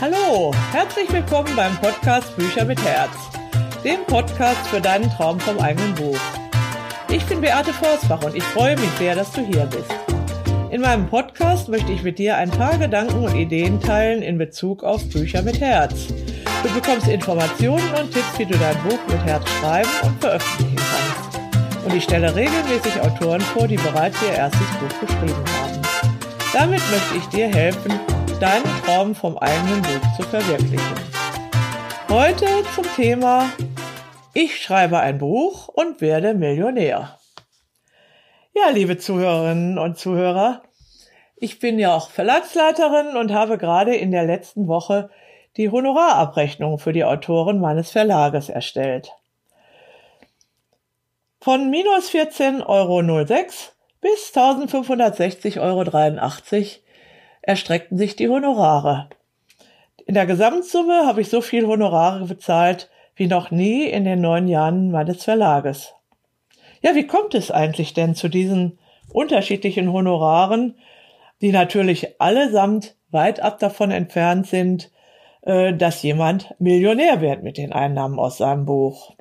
Hallo, herzlich willkommen beim Podcast Bücher mit Herz, dem Podcast für deinen Traum vom eigenen Buch. Ich bin Beate Forsbach und ich freue mich sehr, dass du hier bist. In meinem Podcast möchte ich mit dir ein paar Gedanken und Ideen teilen in Bezug auf Bücher mit Herz. Du bekommst Informationen und Tipps, wie du dein Buch mit Herz schreiben und veröffentlichen kannst. Und ich stelle regelmäßig Autoren vor, die bereits ihr erstes Buch geschrieben haben. Damit möchte ich dir helfen, deinen Traum vom eigenen Buch zu verwirklichen. Heute zum Thema: Ich schreibe ein Buch und werde Millionär. Ja, liebe Zuhörerinnen und Zuhörer, ich bin ja auch Verlagsleiterin und habe gerade in der letzten Woche die Honorarabrechnung für die Autoren meines Verlages erstellt. Von minus 14,06 € bis 1.560,83 € erstreckten sich die Honorare. In der Gesamtsumme habe ich so viel Honorare bezahlt wie noch nie in den 9 Jahren meines Verlages. Ja, wie kommt es eigentlich denn zu diesen unterschiedlichen Honoraren, die natürlich allesamt weit ab davon entfernt sind, dass jemand Millionär wird mit den Einnahmen aus seinem Buch?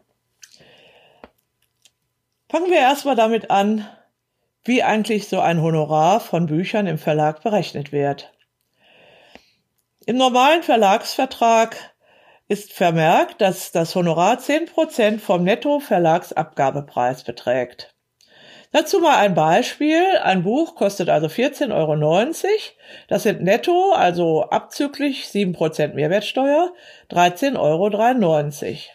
Fangen wir erstmal damit an, wie eigentlich so ein Honorar von Büchern im Verlag berechnet wird. Im normalen Verlagsvertrag ist vermerkt, dass das Honorar 10% vom Netto-Verlagsabgabepreis beträgt. Dazu mal ein Beispiel. Ein Buch kostet also 14,90 €. Das sind netto, also abzüglich 7% Mehrwertsteuer, 13,93 €.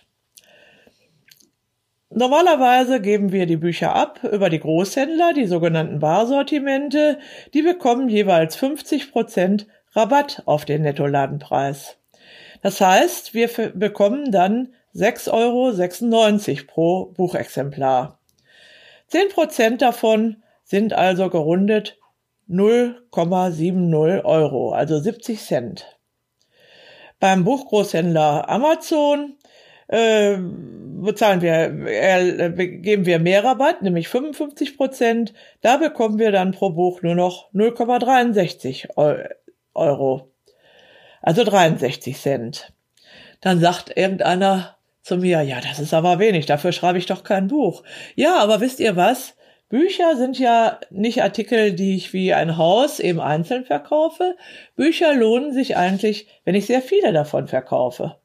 Normalerweise geben wir die Bücher ab über die Großhändler, die sogenannten Barsortimente. Die bekommen jeweils 50% Rabatt auf den Nettoladenpreis. Das heißt, wir bekommen dann 6,96 € pro Buchexemplar. 10% davon sind also gerundet 0,70 €, also 70 Cent. Beim Buchgroßhändler Amazon geben wir mehr Rabatt, nämlich 55%. Da bekommen wir dann pro Buch nur noch 0,63 €, also 63 Cent. Dann sagt irgendeiner zu mir: ja, das ist aber wenig, dafür schreibe ich doch kein Buch. Ja, aber wisst ihr was? Bücher sind ja nicht Artikel, die ich wie ein Haus eben einzeln verkaufe. Bücher lohnen sich eigentlich, wenn ich sehr viele davon verkaufe.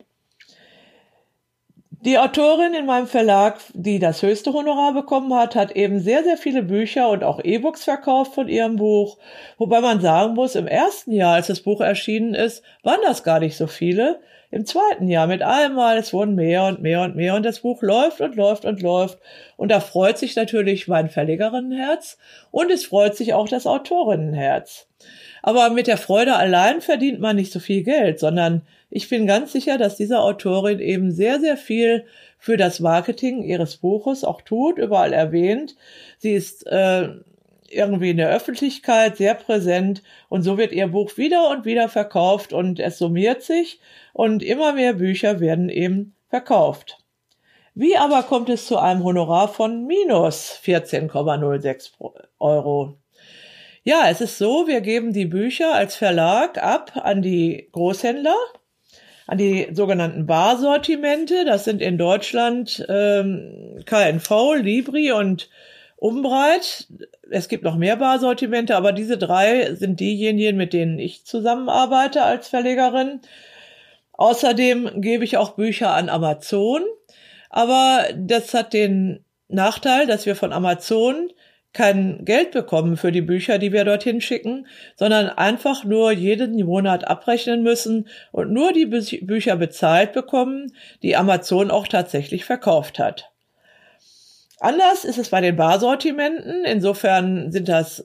Die Autorin in meinem Verlag, die das höchste Honorar bekommen hat, hat eben sehr, sehr viele Bücher und auch E-Books verkauft von ihrem Buch. Wobei man sagen muss, im ersten Jahr, als das Buch erschienen ist, waren das gar nicht so viele. Im zweiten Jahr mit einmal, es wurden mehr und mehr und mehr und das Buch läuft und läuft und läuft. Und da freut sich natürlich mein Verlegerinnenherz und es freut sich auch das Autorinnenherz. Aber mit der Freude allein verdient man nicht so viel Geld, sondern ich bin ganz sicher, dass diese Autorin eben sehr, sehr viel für das Marketing ihres Buches auch tut, überall erwähnt. Sie ist irgendwie in der Öffentlichkeit sehr präsent und so wird ihr Buch wieder und wieder verkauft und es summiert sich und immer mehr Bücher werden eben verkauft. Wie aber kommt es zu einem Honorar von minus 14,06 €? Ja, es ist so, wir geben die Bücher als Verlag ab an die Großhändler, an die sogenannten Barsortimente. Das sind in Deutschland K&V, Libri und Umbreit. Es gibt noch mehr Barsortimente, aber diese 3 sind diejenigen, mit denen ich zusammenarbeite als Verlegerin. Außerdem gebe ich auch Bücher an Amazon, aber das hat den Nachteil, dass wir von Amazon kein Geld bekommen für die Bücher, die wir dorthin schicken, sondern einfach nur jeden Monat abrechnen müssen und nur die Bücher bezahlt bekommen, die Amazon auch tatsächlich verkauft hat. Anders ist es bei den Barsortimenten. Insofern sind das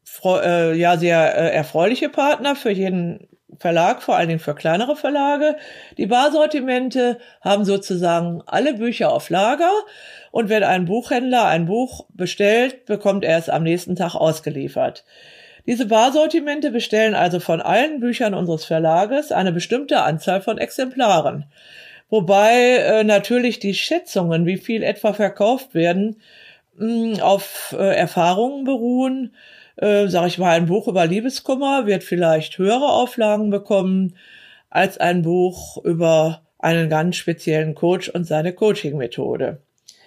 sehr erfreuliche Partner für jeden Verlag, vor allen Dingen für kleinere Verlage. Die Barsortimente haben sozusagen alle Bücher auf Lager und wenn ein Buchhändler ein Buch bestellt, bekommt er es am nächsten Tag ausgeliefert. Diese Barsortimente bestellen also von allen Büchern unseres Verlages eine bestimmte Anzahl von Exemplaren. Wobei natürlich die Schätzungen, wie viel etwa verkauft werden, auf Erfahrungen beruhen. Ein Buch über Liebeskummer wird vielleicht höhere Auflagen bekommen als ein Buch über einen ganz speziellen Coach und seine Coaching-Methode.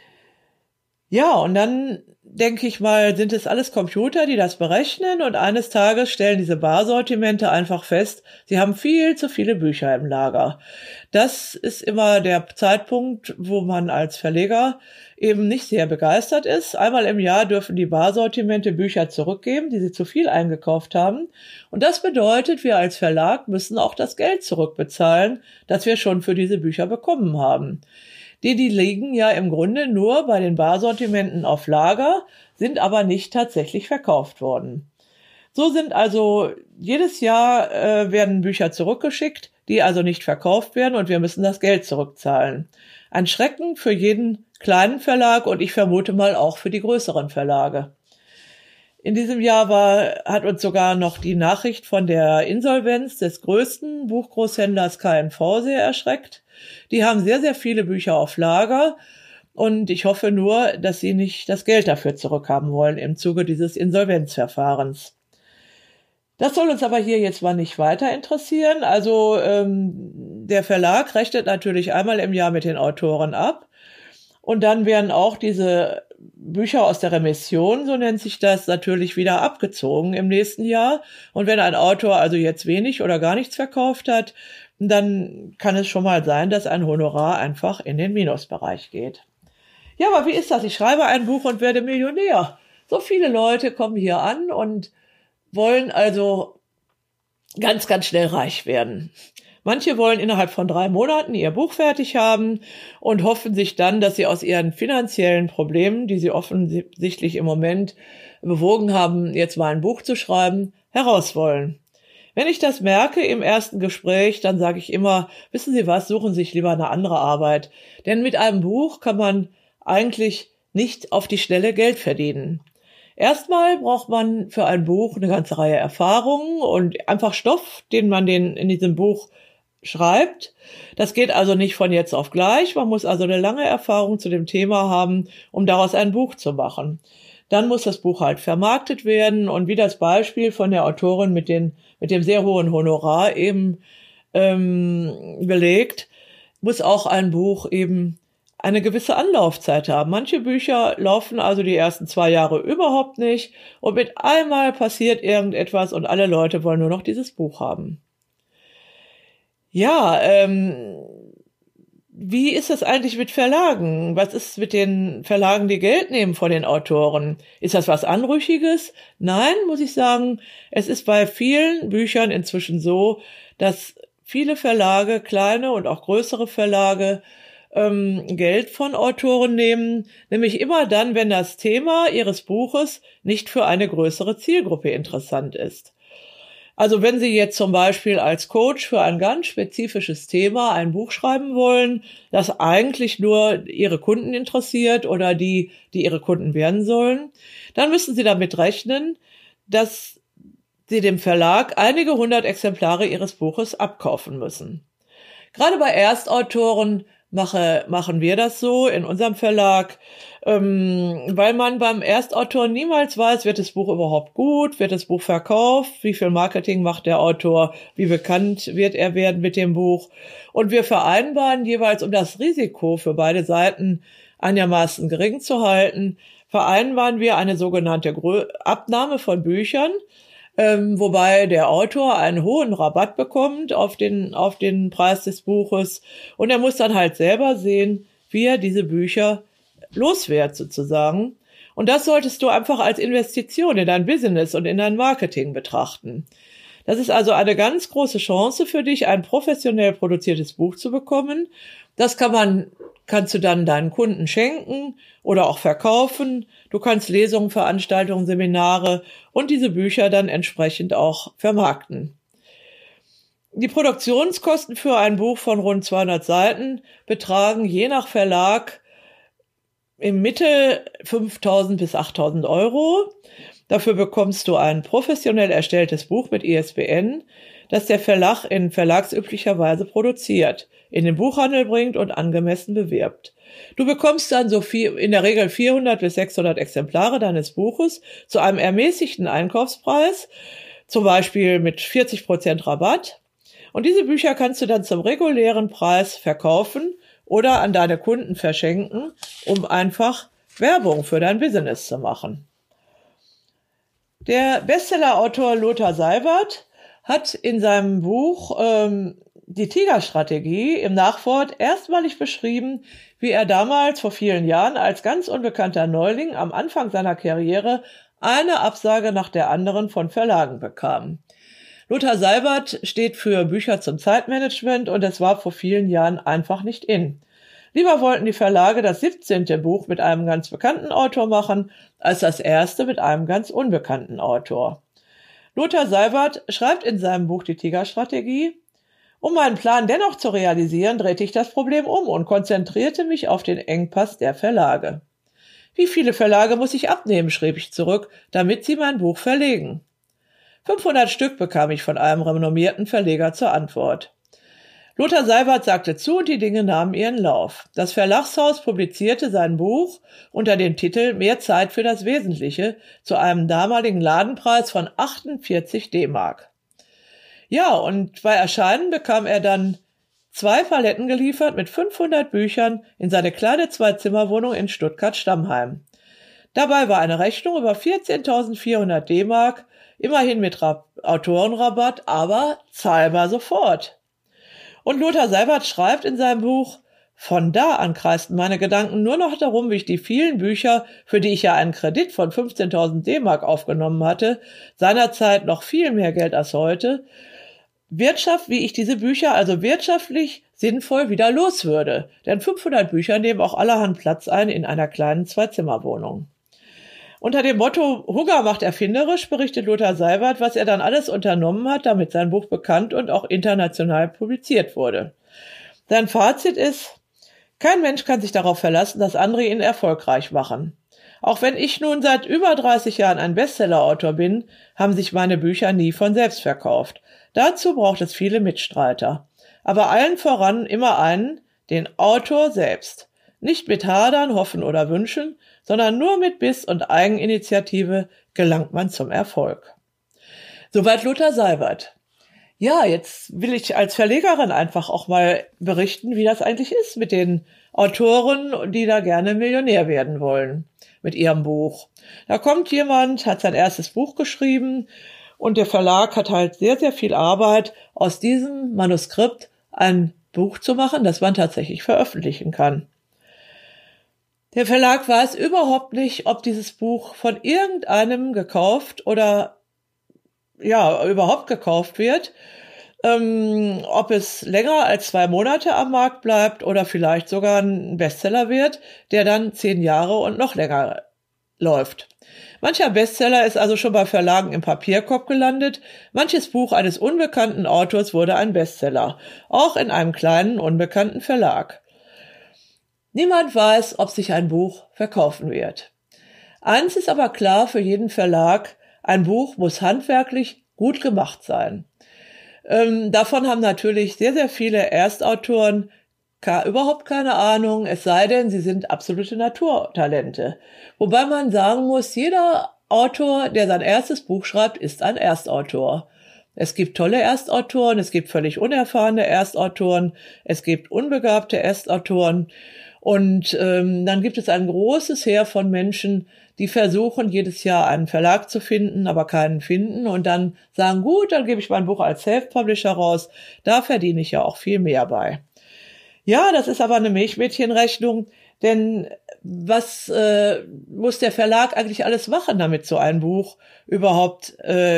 Ja, und dann denke ich mal, sind es alles Computer, die das berechnen, und eines Tages stellen diese Barsortimente einfach fest, sie haben viel zu viele Bücher im Lager. Das ist immer der Zeitpunkt, wo man als Verleger eben nicht sehr begeistert ist. Einmal im Jahr dürfen die Barsortimente Bücher zurückgeben, die sie zu viel eingekauft haben. Und das bedeutet, wir als Verlag müssen auch das Geld zurückbezahlen, das wir schon für diese Bücher bekommen haben. Die liegen ja im Grunde nur bei den Barsortimenten auf Lager, sind aber nicht tatsächlich verkauft worden. So sind also jedes Jahr werden Bücher zurückgeschickt, die also nicht verkauft werden, und wir müssen das Geld zurückzahlen. Ein Schrecken für jeden kleinen Verlag und ich vermute mal auch für die größeren Verlage. In diesem Jahr hat uns sogar noch die Nachricht von der Insolvenz des größten Buchgroßhändlers KNV sehr erschreckt. Die haben sehr, sehr viele Bücher auf Lager, und ich hoffe nur, dass sie nicht das Geld dafür zurückhaben wollen im Zuge dieses Insolvenzverfahrens. Das soll uns aber hier jetzt mal nicht weiter interessieren. Also der Verlag rechnet natürlich einmal im Jahr mit den Autoren ab, und dann werden auch diese Bücher aus der Remission, so nennt sich das, natürlich wieder abgezogen im nächsten Jahr. Und wenn ein Autor also jetzt wenig oder gar nichts verkauft hat, dann kann es schon mal sein, dass ein Honorar einfach in den Minusbereich geht. Ja, aber wie ist das? Ich schreibe ein Buch und werde Millionär. So viele Leute kommen hier an und wollen also ganz, ganz schnell reich werden. Manche wollen innerhalb von 3 Monaten ihr Buch fertig haben und hoffen sich dann, dass sie aus ihren finanziellen Problemen, die sie offensichtlich im Moment bewogen haben, jetzt mal ein Buch zu schreiben, heraus wollen. Wenn ich das merke im ersten Gespräch, dann sage ich immer, wissen Sie was, suchen Sie sich lieber eine andere Arbeit. Denn mit einem Buch kann man eigentlich nicht auf die Schnelle Geld verdienen. Erstmal braucht man für ein Buch eine ganze Reihe Erfahrungen und einfach Stoff, den man in diesem Buch schreibt. Das geht also nicht von jetzt auf gleich. Man muss also eine lange Erfahrung zu dem Thema haben, um daraus ein Buch zu machen. Dann muss das Buch halt vermarktet werden, und wie das Beispiel von der Autorin mit dem sehr hohen Honorar eben belegt, muss auch ein Buch eben eine gewisse Anlaufzeit haben. Manche Bücher laufen also die ersten 2 Jahre überhaupt nicht, und mit einmal passiert irgendetwas und alle Leute wollen nur noch dieses Buch haben. Ja, wie ist das eigentlich mit Verlagen? Was ist mit den Verlagen, die Geld nehmen von den Autoren? Ist das was Anrüchiges? Nein, muss ich sagen, es ist bei vielen Büchern inzwischen so, dass viele Verlage, kleine und auch größere Verlage, Geld von Autoren nehmen, nämlich immer dann, wenn das Thema ihres Buches nicht für eine größere Zielgruppe interessant ist. Also wenn Sie jetzt zum Beispiel als Coach für ein ganz spezifisches Thema ein Buch schreiben wollen, das eigentlich nur Ihre Kunden interessiert oder die Ihre Kunden werden sollen, dann müssen Sie damit rechnen, dass Sie dem Verlag einige 100 Exemplare Ihres Buches abkaufen müssen. Gerade bei Erstautoren machen wir das so in unserem Verlag, weil man beim Erstautor niemals weiß, wird das Buch überhaupt gut, wird das Buch verkauft, wie viel Marketing macht der Autor, wie bekannt wird er werden mit dem Buch. Und wir vereinbaren jeweils, um das Risiko für beide Seiten einigermaßen gering zu halten, vereinbaren wir eine sogenannte Abnahme von Büchern, wobei der Autor einen hohen Rabatt bekommt auf den Preis des Buches, und er muss dann halt selber sehen, wie er diese Bücher loswert sozusagen. Und das solltest du einfach als Investition in dein Business und in dein Marketing betrachten. Das ist also eine ganz große Chance für dich, ein professionell produziertes Buch zu bekommen. Das kannst du dann deinen Kunden schenken oder auch verkaufen. Du kannst Lesungen, Veranstaltungen, Seminare und diese Bücher dann entsprechend auch vermarkten. Die Produktionskosten für ein Buch von rund 200 Seiten betragen je nach Verlag im Mittel 5.000 bis 8.000 Euro. Dafür bekommst du ein professionell erstelltes Buch mit ISBN, das der Verlag in verlagsüblicher Weise produziert, in den Buchhandel bringt und angemessen bewirbt. Du bekommst dann in der Regel 400 bis 600 Exemplare deines Buches zu einem ermäßigten Einkaufspreis, zum Beispiel mit 40% Rabatt. Und diese Bücher kannst du dann zum regulären Preis verkaufen oder an deine Kunden verschenken, um einfach Werbung für dein Business zu machen. Der Bestsellerautor Lothar Seiwert hat in seinem Buch Die Tigerstrategie im Nachwort erstmalig beschrieben, wie er damals vor vielen Jahren als ganz unbekannter Neuling am Anfang seiner Karriere eine Absage nach der anderen von Verlagen bekam. Lothar Seiwert steht für Bücher zum Zeitmanagement und es war vor vielen Jahren einfach nicht in. Lieber wollten die Verlage das 17. Buch mit einem ganz bekannten Autor machen, als das erste mit einem ganz unbekannten Autor. Lothar Seiwert schreibt in seinem Buch Die Tigerstrategie: Um meinen Plan dennoch zu realisieren, drehte ich das Problem um und konzentrierte mich auf den Engpass der Verlage. Wie viele Verlage muss ich abnehmen, schrieb ich zurück, damit sie mein Buch verlegen? 500 Stück bekam ich von einem renommierten Verleger zur Antwort. Lothar Seiwert sagte zu und die Dinge nahmen ihren Lauf. Das Verlagshaus publizierte sein Buch unter dem Titel Mehr Zeit für das Wesentliche zu einem damaligen Ladenpreis von 48 D-Mark. Ja, und bei Erscheinen bekam er dann 2 Paletten geliefert mit 500 Büchern in seine kleine 2-Zimmer-Wohnung in Stuttgart-Stammheim. Dabei war eine Rechnung über 14.400 D-Mark, immerhin mit Autorenrabatt, aber zahlbar sofort. Und Lothar Seiwert schreibt in seinem Buch: Von da an kreisten meine Gedanken nur noch darum, wie ich die vielen Bücher, für die ich ja einen Kredit von 15.000 D-Mark aufgenommen hatte, seinerzeit noch viel mehr Geld als heute, wie ich diese Bücher also wirtschaftlich sinnvoll wieder los würde. Denn 500 Bücher nehmen auch allerhand Platz ein in einer kleinen 2-Zimmer-Wohnung. Unter dem Motto Hugger macht erfinderisch berichtet Lothar Seiwert, was er dann alles unternommen hat, damit sein Buch bekannt und auch international publiziert wurde. Sein Fazit ist: Kein Mensch kann sich darauf verlassen, dass andere ihn erfolgreich machen. Auch wenn ich nun seit über 30 Jahren ein Bestsellerautor bin, haben sich meine Bücher nie von selbst verkauft. Dazu braucht es viele Mitstreiter. Aber allen voran immer einen, den Autor selbst. Nicht mit Hadern, Hoffen oder Wünschen, sondern nur mit Biss und Eigeninitiative gelangt man zum Erfolg. Soweit Lothar Seiwert. Ja, jetzt will ich als Verlegerin einfach auch mal berichten, wie das eigentlich ist mit den Autoren, die da gerne Millionär werden wollen mit ihrem Buch. Da kommt jemand, hat sein erstes Buch geschrieben und der Verlag hat halt sehr, sehr viel Arbeit, aus diesem Manuskript ein Buch zu machen, das man tatsächlich veröffentlichen kann. Der Verlag weiß überhaupt nicht, ob dieses Buch von irgendeinem gekauft oder überhaupt gekauft wird, ob es länger als 2 Monate am Markt bleibt oder vielleicht sogar ein Bestseller wird, der dann 10 Jahre und noch länger läuft. Mancher Bestseller ist also schon bei Verlagen im Papierkorb gelandet, manches Buch eines unbekannten Autors wurde ein Bestseller, auch in einem kleinen, unbekannten Verlag. Niemand weiß, ob sich ein Buch verkaufen wird. Eins ist aber klar für jeden Verlag: Ein Buch muss handwerklich gut gemacht sein. Davon haben natürlich sehr, sehr viele Erstautoren überhaupt keine Ahnung, es sei denn, sie sind absolute Naturtalente. Wobei man sagen muss, jeder Autor, der sein erstes Buch schreibt, ist ein Erstautor. Es gibt tolle Erstautoren, es gibt völlig unerfahrene Erstautoren, es gibt unbegabte Erstautoren. Und dann gibt es ein großes Heer von Menschen, die versuchen, jedes Jahr einen Verlag zu finden, aber keinen finden und dann sagen, gut, dann gebe ich mein Buch als Self-Publisher raus, da verdiene ich ja auch viel mehr bei. Ja, das ist aber eine Milchmädchenrechnung, denn was muss der Verlag eigentlich alles machen, damit so ein Buch überhaupt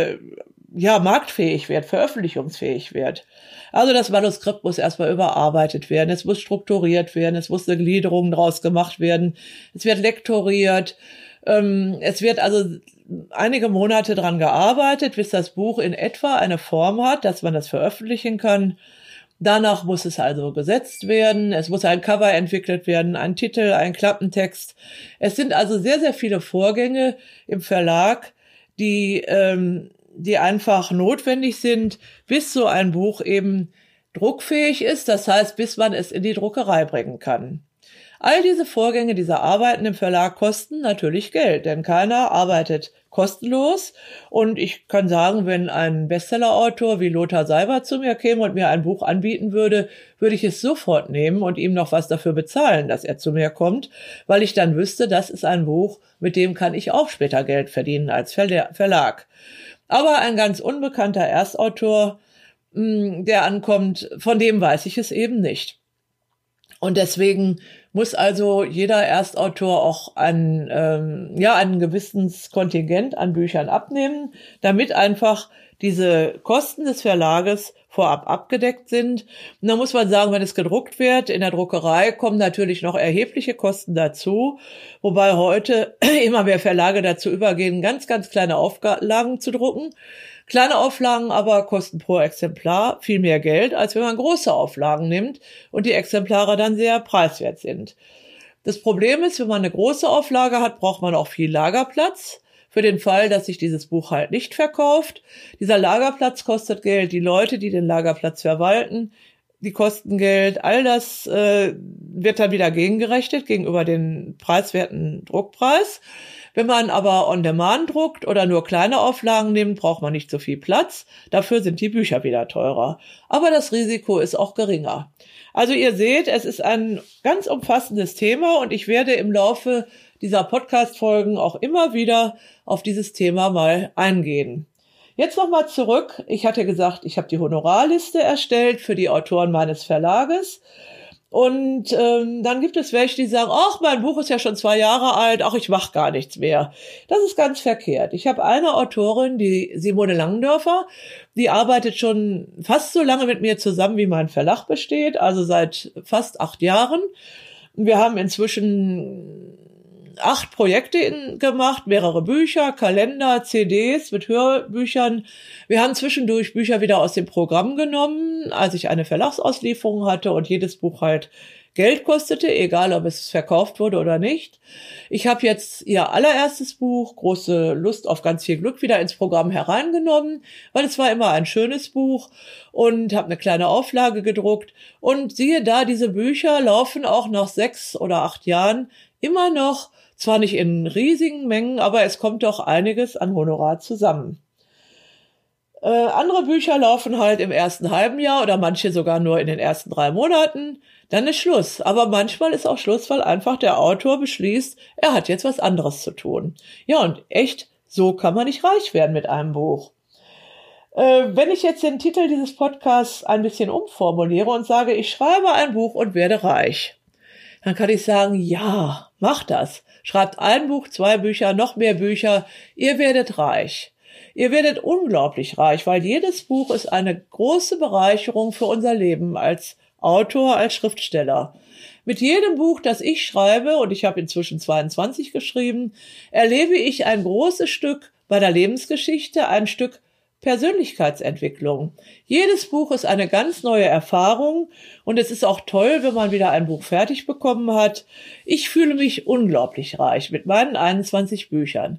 marktfähig wird, veröffentlichungsfähig wird? Also das Manuskript muss erstmal überarbeitet werden, es muss strukturiert werden, es muss eine Gliederung draus gemacht werden, es wird lektoriert, es wird also einige Monate dran gearbeitet, bis das Buch in etwa eine Form hat, dass man das veröffentlichen kann. Danach muss es also gesetzt werden, es muss ein Cover entwickelt werden, ein Titel, ein Klappentext. Es sind also sehr, sehr viele Vorgänge im Verlag, die einfach notwendig sind, bis so ein Buch eben druckfähig ist, das heißt, bis man es in die Druckerei bringen kann. All diese Vorgänge, diese Arbeiten im Verlag kosten natürlich Geld, denn keiner arbeitet kostenlos. Und ich kann sagen, wenn ein Bestsellerautor wie Lothar Seibert zu mir käme und mir ein Buch anbieten würde, würde ich es sofort nehmen und ihm noch was dafür bezahlen, dass er zu mir kommt, weil ich dann wüsste, das ist ein Buch, mit dem kann ich auch später Geld verdienen als Verlag. Aber ein ganz unbekannter Erstautor, der ankommt, von dem weiß ich es eben nicht. Und deswegen muss also jeder Erstautor auch einen gewisses Kontingent an Büchern abnehmen, damit einfach diese Kosten des Verlages vorab abgedeckt sind. Und da muss man sagen, wenn es gedruckt wird, in der Druckerei kommen natürlich noch erhebliche Kosten dazu, wobei heute immer mehr Verlage dazu übergehen, ganz, ganz kleine Auflagen zu drucken. Kleine Auflagen aber kosten pro Exemplar viel mehr Geld, als wenn man große Auflagen nimmt und die Exemplare dann sehr preiswert sind. Das Problem ist, wenn man eine große Auflage hat, braucht man auch viel Lagerplatz. Für den Fall, dass sich dieses Buch halt nicht verkauft. Dieser Lagerplatz kostet Geld. Die Leute, die den Lagerplatz verwalten, die kosten Geld. All das wird dann wieder gegengerechnet gegenüber den preiswerten Druckpreis. Wenn man aber on demand druckt oder nur kleine Auflagen nimmt, braucht man nicht so viel Platz. Dafür sind die Bücher wieder teurer. Aber das Risiko ist auch geringer. Also ihr seht, es ist ein ganz umfassendes Thema und ich werde im Laufe dieser Podcast-Folgen auch immer wieder auf dieses Thema mal eingehen. Jetzt nochmal zurück. Ich hatte gesagt, ich habe die Honorarliste erstellt für die Autoren meines Verlages. Und dann gibt es welche, die sagen, ach, mein Buch ist ja schon 2 Jahre alt, ach, ich mache gar nichts mehr. Das ist ganz verkehrt. Ich habe eine Autorin, die Simone Langendörfer, die arbeitet schon fast so lange mit mir zusammen, wie mein Verlag besteht, also seit fast 8 Jahren. Wir haben inzwischen 8 Projekte gemacht, mehrere Bücher, Kalender, CDs mit Hörbüchern. Wir haben zwischendurch Bücher wieder aus dem Programm genommen, als ich eine Verlagsauslieferung hatte und jedes Buch halt Geld kostete, egal ob es verkauft wurde oder nicht. Ich habe jetzt ihr allererstes Buch, Große Lust auf ganz viel Glück, wieder ins Programm hereingenommen, weil es war immer ein schönes Buch und habe eine kleine Auflage gedruckt. Und siehe da, diese Bücher laufen auch nach 6 oder 8 Jahren immer noch, zwar nicht in riesigen Mengen, aber es kommt doch einiges an Honorar zusammen. Andere Bücher laufen halt im ersten halben Jahr oder manche sogar nur in den ersten 3 Monaten. Dann ist Schluss. Aber manchmal ist auch Schluss, weil einfach der Autor beschließt, er hat jetzt was anderes zu tun. Ja, und echt, so kann man nicht reich werden mit einem Buch. Wenn ich jetzt den Titel dieses Podcasts ein bisschen umformuliere und sage, ich schreibe ein Buch und werde reich, dann kann ich sagen, ja, macht das. Schreibt ein Buch, 2 Bücher, noch mehr Bücher. Ihr werdet reich. Ihr werdet unglaublich reich, weil jedes Buch ist eine große Bereicherung für unser Leben als Autor, als Schriftsteller. Mit jedem Buch, das ich schreibe, und ich habe inzwischen 22 geschrieben, erlebe ich ein großes Stück meiner Lebensgeschichte, ein Stück Persönlichkeitsentwicklung. Jedes Buch ist eine ganz neue Erfahrung und es ist auch toll, wenn man wieder ein Buch fertig bekommen hat. Ich fühle mich unglaublich reich mit meinen 21 Büchern.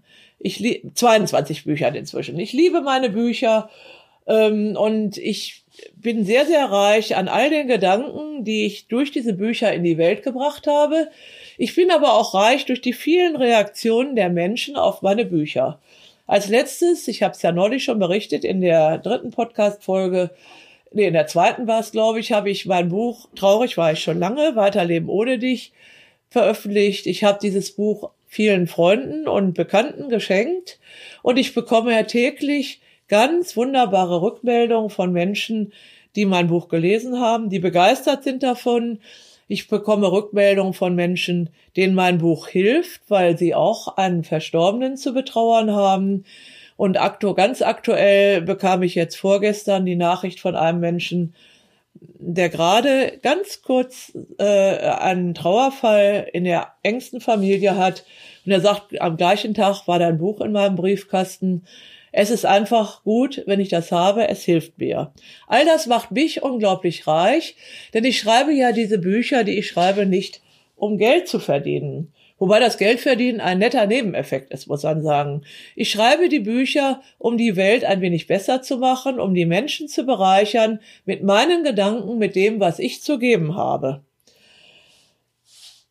22 Büchern inzwischen. Ich liebe meine Bücher und ich bin sehr, sehr reich an all den Gedanken, die ich durch diese Bücher in die Welt gebracht habe. Ich bin aber auch reich durch die vielen Reaktionen der Menschen auf meine Bücher. Als letztes, ich habe es ja neulich schon berichtet, in der 3. Podcast-Folge, in der 2. war es, glaube ich, habe ich mein Buch Traurig war ich schon lange, Weiterleben ohne dich, veröffentlicht. Ich habe dieses Buch vielen Freunden und Bekannten geschenkt und ich bekomme ja täglich ganz wunderbare Rückmeldungen von Menschen, die mein Buch gelesen haben, die begeistert sind davon. Ich bekomme Rückmeldungen von Menschen, denen mein Buch hilft, weil sie auch einen Verstorbenen zu betrauern haben. Und ganz aktuell bekam ich jetzt vorgestern die Nachricht von einem Menschen, der gerade ganz kurz einen Trauerfall in der engsten Familie hat. Und er sagt, am gleichen Tag war dein Buch in meinem Briefkasten. Es ist einfach gut, wenn ich das habe, es hilft mir. All das macht mich unglaublich reich, denn ich schreibe ja diese Bücher, die ich schreibe, nicht um Geld zu verdienen. Wobei das Geldverdienen ein netter Nebeneffekt ist, muss man sagen. Ich schreibe die Bücher, um die Welt ein wenig besser zu machen, um die Menschen zu bereichern, mit meinen Gedanken, mit dem, was ich zu geben habe.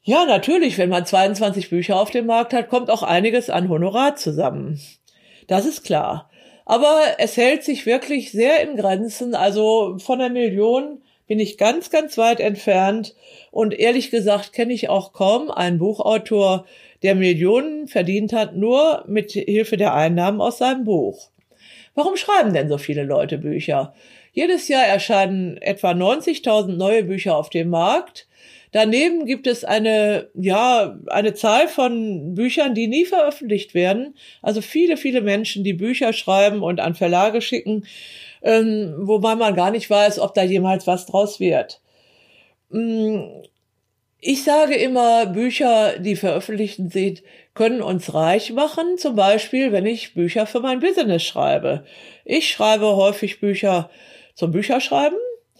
Ja, natürlich, wenn man 22 Bücher auf dem Markt hat, kommt auch einiges an Honorar zusammen. Das ist klar. Aber es hält sich wirklich sehr in Grenzen. Also von 1 Million bin ich ganz, ganz weit entfernt. Und ehrlich gesagt kenne ich auch kaum einen Buchautor, der Millionen verdient hat, nur mit Hilfe der Einnahmen aus seinem Buch. Warum schreiben denn so viele Leute Bücher? Jedes Jahr erscheinen etwa 90.000 neue Bücher auf dem Markt. Daneben gibt es eine Zahl von Büchern, die nie veröffentlicht werden. Also viele, viele Menschen, die Bücher schreiben und an Verlage schicken, wobei man gar nicht weiß, ob da jemals was draus wird. Ich sage immer, Bücher, die veröffentlicht sind, können uns reich machen. Zum Beispiel, wenn ich Bücher für mein Business schreibe. Ich schreibe häufig Bücher zum Bücherschreiben.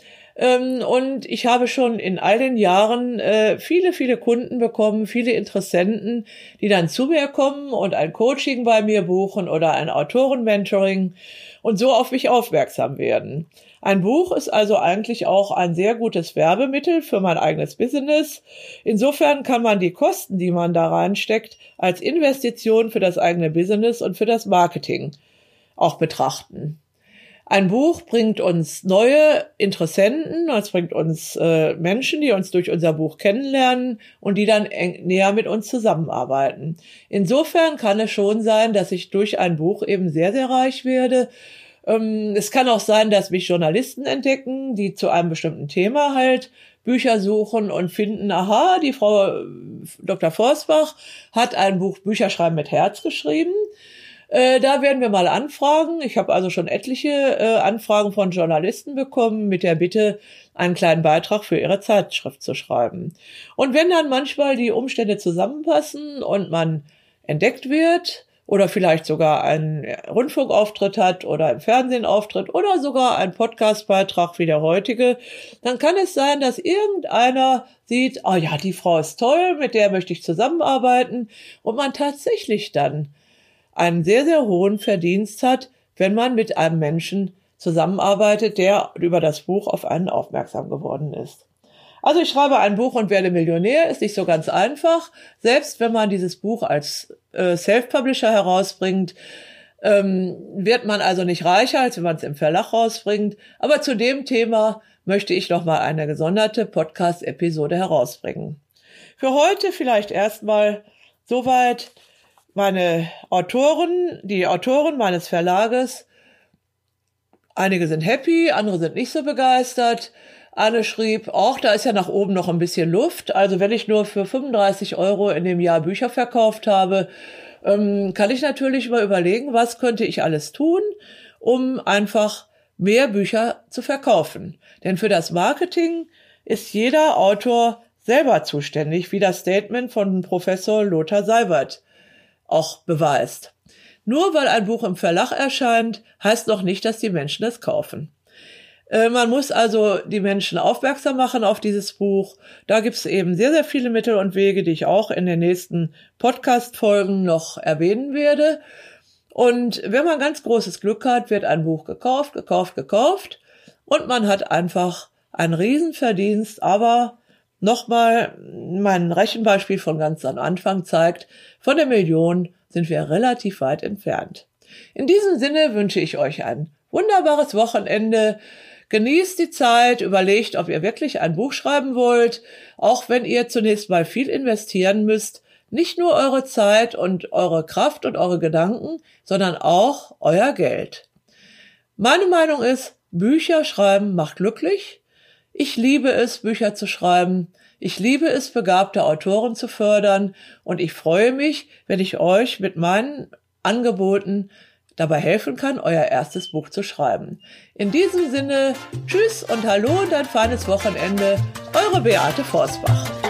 Und ich habe schon in all den Jahren viele, viele Kunden bekommen, viele Interessenten, die dann zu mir kommen und ein Coaching bei mir buchen oder ein Autorenmentoring und so auf mich aufmerksam werden. Ein Buch ist also eigentlich auch ein sehr gutes Werbemittel für mein eigenes Business. Insofern kann man die Kosten, die man da reinsteckt, als Investition für das eigene Business und für das Marketing auch betrachten. Ein Buch bringt uns neue Interessenten, es bringt uns Menschen, die uns durch unser Buch kennenlernen und die dann näher mit uns zusammenarbeiten. Insofern kann es schon sein, dass ich durch ein Buch eben sehr, sehr reich werde. Es kann auch sein, dass mich Journalisten entdecken, die zu einem bestimmten Thema halt Bücher suchen und finden, aha, die Frau Dr. Forsbach hat ein Buch Bücherschreiben mit Herz geschrieben. Da werden wir mal anfragen. Ich habe also schon etliche Anfragen von Journalisten bekommen mit der Bitte, einen kleinen Beitrag für ihre Zeitschrift zu schreiben. Und wenn dann manchmal die Umstände zusammenpassen und man entdeckt wird oder vielleicht sogar einen Rundfunkauftritt hat oder im Fernsehen auftritt oder sogar einen Podcastbeitrag wie der heutige, dann kann es sein, dass irgendeiner sieht, oh ja, die Frau ist toll, mit der möchte ich zusammenarbeiten und man tatsächlich dann einen sehr, sehr hohen Verdienst hat, wenn man mit einem Menschen zusammenarbeitet, der über das Buch auf einen aufmerksam geworden ist. Also ich schreibe ein Buch und werde Millionär, ist nicht so ganz einfach. Selbst wenn man dieses Buch als Self-Publisher herausbringt, wird man also nicht reicher, als wenn man es im Verlag rausbringt. Aber zu dem Thema möchte ich noch mal eine gesonderte Podcast-Episode herausbringen. Für heute vielleicht erstmal soweit. Die Autoren meines Verlages, einige sind happy, andere sind nicht so begeistert. Anne schrieb, da ist ja nach oben noch ein bisschen Luft. Also wenn ich nur für 35 € in dem Jahr Bücher verkauft habe, kann ich natürlich mal überlegen, was könnte ich alles tun, um einfach mehr Bücher zu verkaufen. Denn für das Marketing ist jeder Autor selber zuständig, wie das Statement von Professor Lothar Seibert auch beweist. Nur weil ein Buch im Verlag erscheint, heißt noch nicht, dass die Menschen es kaufen. Man muss also die Menschen aufmerksam machen auf dieses Buch. Da gibt es eben sehr, sehr viele Mittel und Wege, die ich auch in den nächsten Podcast-Folgen noch erwähnen werde. Und wenn man ganz großes Glück hat, wird ein Buch gekauft und man hat einfach einen Riesenverdienst, aber nochmal, mein Rechenbeispiel von ganz am Anfang zeigt, von der Million sind wir relativ weit entfernt. In diesem Sinne wünsche ich euch ein wunderbares Wochenende. Genießt die Zeit, überlegt, ob ihr wirklich ein Buch schreiben wollt, auch wenn ihr zunächst mal viel investieren müsst. Nicht nur eure Zeit und eure Kraft und eure Gedanken, sondern auch euer Geld. Meine Meinung ist, Bücher schreiben macht glücklich. Ich liebe es, Bücher zu schreiben. Ich liebe es, begabte Autoren zu fördern. Und ich freue mich, wenn ich euch mit meinen Angeboten dabei helfen kann, euer erstes Buch zu schreiben. In diesem Sinne, tschüss und hallo und ein feines Wochenende. Eure Beate Forsbach.